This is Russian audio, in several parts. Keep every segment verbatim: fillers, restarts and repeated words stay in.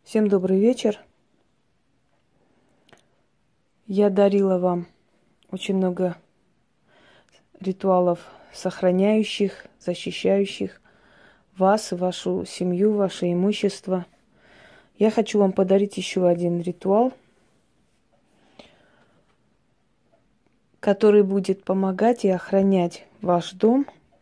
Всем добрый вечер. Я дарила вам очень много ритуалов, сохраняющих, защищающих вас, вашу семью, ваше имущество. Я хочу вам подарить еще один ритуал, который будет помогать и охранять ваш дом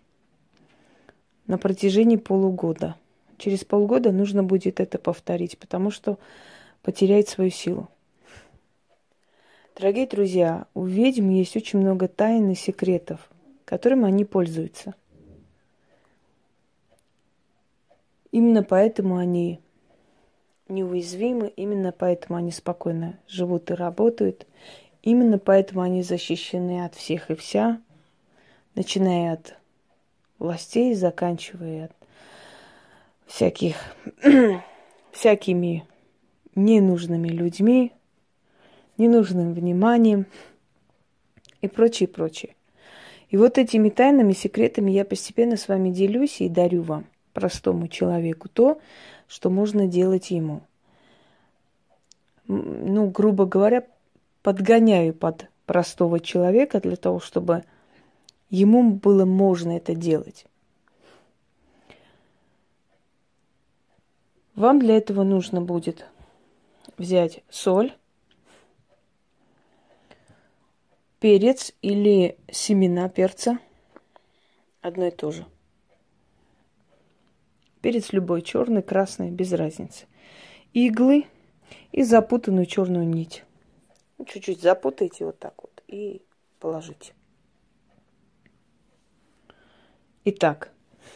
на протяжении полугода. Через полгода нужно будет это повторить, потому что потеряет свою силу. Дорогие друзья, у ведьм есть очень много тайн и секретов, которыми они пользуются. Именно поэтому они неуязвимы, именно поэтому они спокойно живут и работают, именно поэтому они защищены от всех и вся, начиная от властей, заканчивая от всяких, всякими ненужными людьми, ненужным вниманием и прочее, прочее. И вот этими тайнами, секретами я постепенно с вами делюсь и дарю вам, простому человеку, то, что можно делать ему. Ну, грубо говоря, подгоняю под простого человека для того, чтобы ему было можно это делать. Вам для этого нужно будет взять соль, перец или семена перца. Одно и то же. Перец любой, черный, красный, без разницы. Иглы и запутанную черную нить. Чуть-чуть запутайте вот так вот и положите. Итак,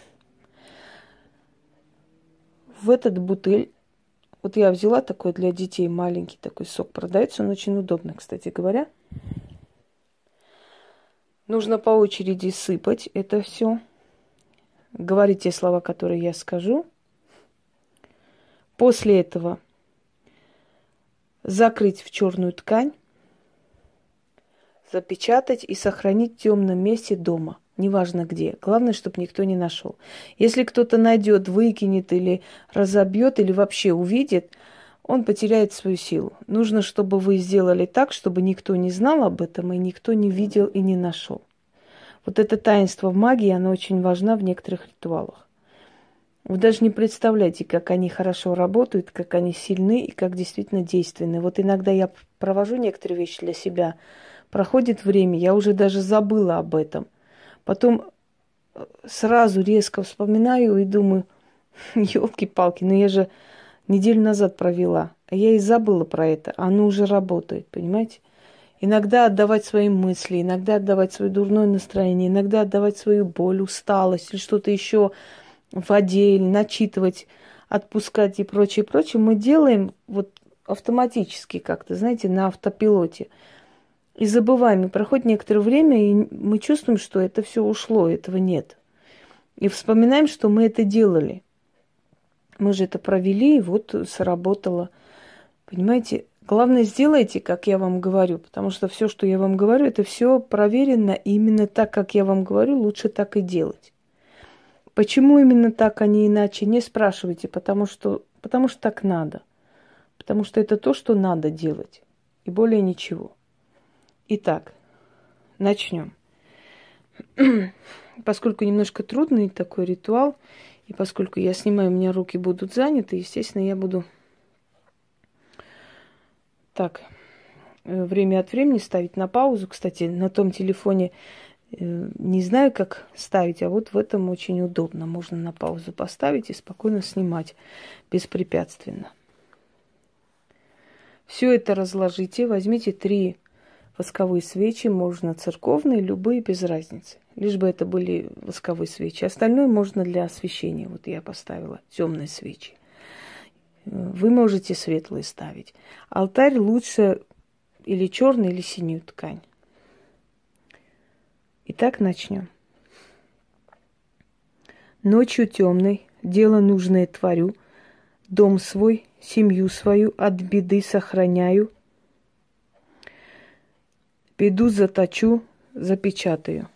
в этот бутыль, вот я взяла такой для детей маленький такой сок, продается, он очень удобно, кстати говоря. Нужно по очереди сыпать это все, говорить те слова, которые я скажу. После этого закрыть в черную ткань, запечатать и сохранить в темном месте дома. Неважно где. Главное, чтобы никто не нашел. Если кто-то найдет, выкинет или разобьет, или вообще увидит, он потеряет свою силу. Нужно, чтобы вы сделали так, чтобы никто не знал об этом, и никто не видел и не нашел. Вот это таинство в магии, оно очень важно в некоторых ритуалах. Вы даже не представляете, как они хорошо работают, как они сильны и как действительно действенны. Вот иногда я провожу некоторые вещи для себя, проходит время, я уже даже забыла об этом. Потом сразу резко вспоминаю и думаю, елки-палки, ну я же неделю назад провела, а я и забыла про это, оно уже работает, понимаете? Иногда отдавать свои мысли, иногда отдавать свое дурное настроение, иногда отдавать свою боль, усталость или что-то еще в воде, или начитывать, отпускать и прочее, прочее, мы делаем вот автоматически как-то, знаете, на автопилоте. И забываем, и проходит некоторое время, и мы чувствуем, что это все ушло, этого нет. И вспоминаем, что мы это делали. Мы же это провели, и вот сработало. Понимаете? Главное, сделайте, как я вам говорю, потому что все, что я вам говорю, это все проверено, и именно так, как я вам говорю, лучше так и делать. Почему именно так, а не иначе, не спрашивайте, потому что, потому что так надо. Потому что это то, что надо делать, и более ничего. Итак, начнем. Поскольку немножко трудный такой ритуал, и поскольку я снимаю, у меня руки будут заняты, естественно, я буду так время от времени ставить на паузу. Кстати, на том телефоне не знаю, как ставить, а вот в этом очень удобно. Можно на паузу поставить и спокойно снимать беспрепятственно. Все это разложите, возьмите три восковые свечи, можно церковные, любые, без разницы. Лишь бы это были восковые свечи. Остальное можно для освещения. Вот я поставила темные свечи. Вы можете светлые ставить. Алтарь лучше или черный, или синюю ткань. Итак, начнем. Ночью темной дело нужное творю, дом свой, семью свою от беды сохраняю. Беду заточу, запечатаю.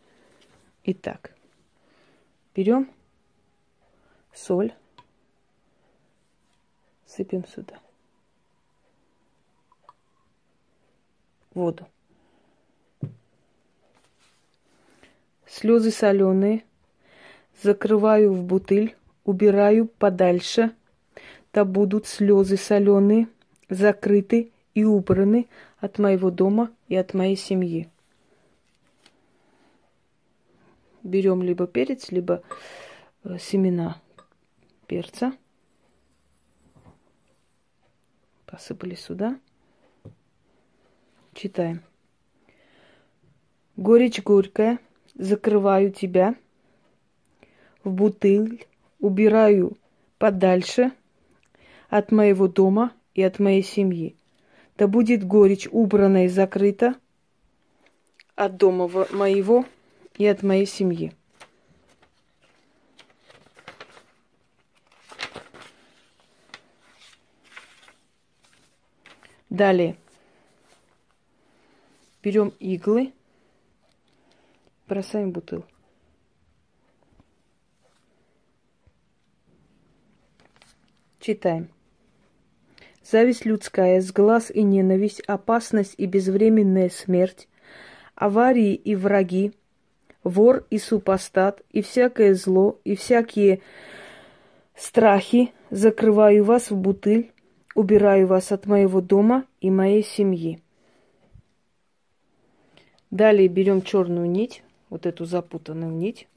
Итак, берем соль, Сыпем сюда воду. Слезы соленые закрываю в бутыль, убираю подальше. Да будут слезы соленые закрыты и убраны от моего дома и от моей семьи. Берем либо перец, либо э, семена перца. Посыпали сюда. Читаем. Горечь горькая, закрываю тебя в бутыль, убираю подальше от моего дома и от моей семьи. Да будет горечь убрана и закрыта от дома моего и от моей семьи. Далее. Берем иглы, бросаем в бутыль. Читаем. Зависть людская, сглаз и ненависть, опасность и безвременная смерть, аварии и враги, вор и супостат, и всякое зло, и всякие страхи закрываю вас в бутыль, убираю вас от моего дома и моей семьи. Далее берем черную нить, вот эту запутанную нить,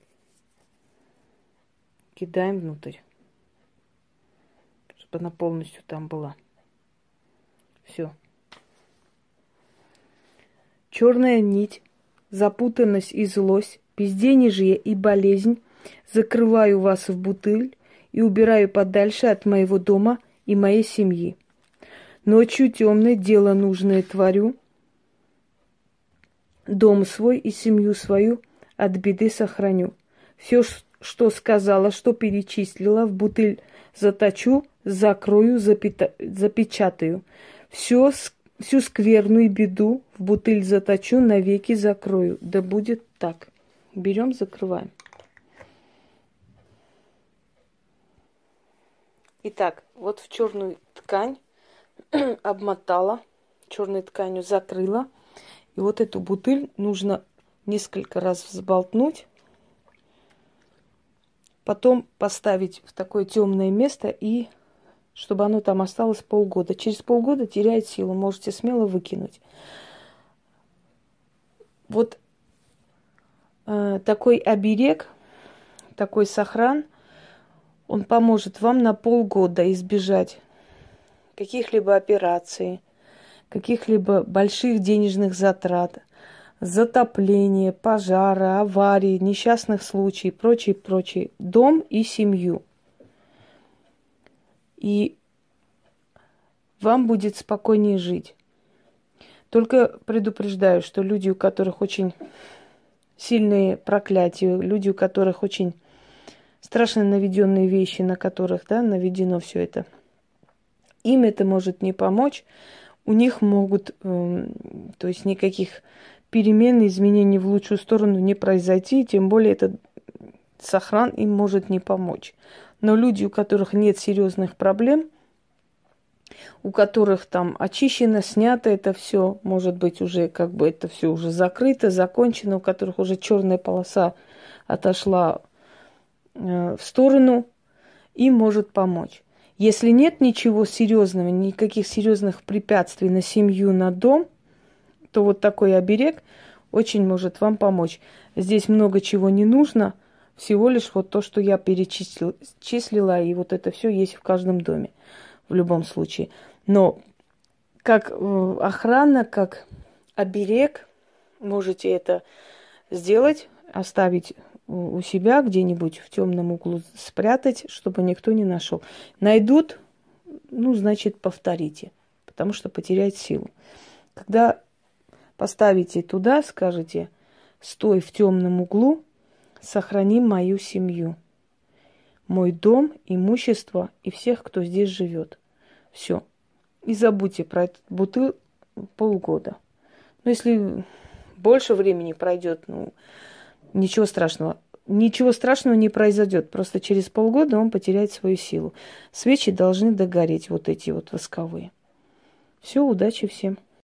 кидаем внутрь, чтобы она полностью там была. Все. Черная нить, запутанность и злость, безденежье и болезнь закрываю вас в бутыль и убираю подальше от моего дома и моей семьи. Ночью темной дело нужное творю, дом свой и семью свою от беды сохраню. Все, что сказала, что перечислила, в бутыль заточу, закрою, запята... запечатаю. Все, всю скверную беду в бутыль заточу, навеки закрою. Да будет так. Берем, закрываем. Итак, вот в черную ткань обмотала, черной тканью закрыла. И вот эту бутыль нужно несколько раз взболтнуть, потом поставить в такое темное место, и чтобы оно там осталось полгода. Через полгода теряет силу, можете смело выкинуть. Вот э, такой оберег, такой сохран, он поможет вам на полгода избежать каких-либо операций, каких-либо больших денежных затрат, затопления, пожара, аварий, несчастных случаев, прочее, прочее. Дом и семью. И вам будет спокойнее жить. Только предупреждаю, что люди, у которых очень сильные проклятия, люди, у которых очень страшно наведенные вещи, на которых, да, наведено все это, им это может не помочь. У них могут, э, то есть никаких перемен, изменений в лучшую сторону не произойти, тем более этот сохран им может не помочь. Но люди, у которых нет серьезных проблем, у которых там очищено, снято это все, может быть, уже как бы это все уже закрыто, закончено, у которых уже черная полоса отошла э, в сторону, им может помочь. Если нет ничего серьезного, никаких серьезных препятствий на семью, на дом, то вот такой оберег очень может вам помочь. Здесь много чего не нужно, всего лишь вот то, что я перечислила, и вот это все есть в каждом доме, в любом случае. Но как охрана, как оберег можете это сделать, оставить у себя где-нибудь в темном углу, спрятать, чтобы никто не нашел. Найдут, ну, значит, повторите, потому что потеряет силу. Когда поставите туда, скажете: стой в темном углу, сохрани мою семью, мой дом, имущество и всех, кто здесь живет. Все. И забудьте про эту бутыль полгода. Но если больше времени пройдет, ну, ничего страшного. ничего страшного не произойдет. Просто через полгода он потеряет свою силу. Свечи должны догореть, вот эти вот восковые. Все, удачи всем.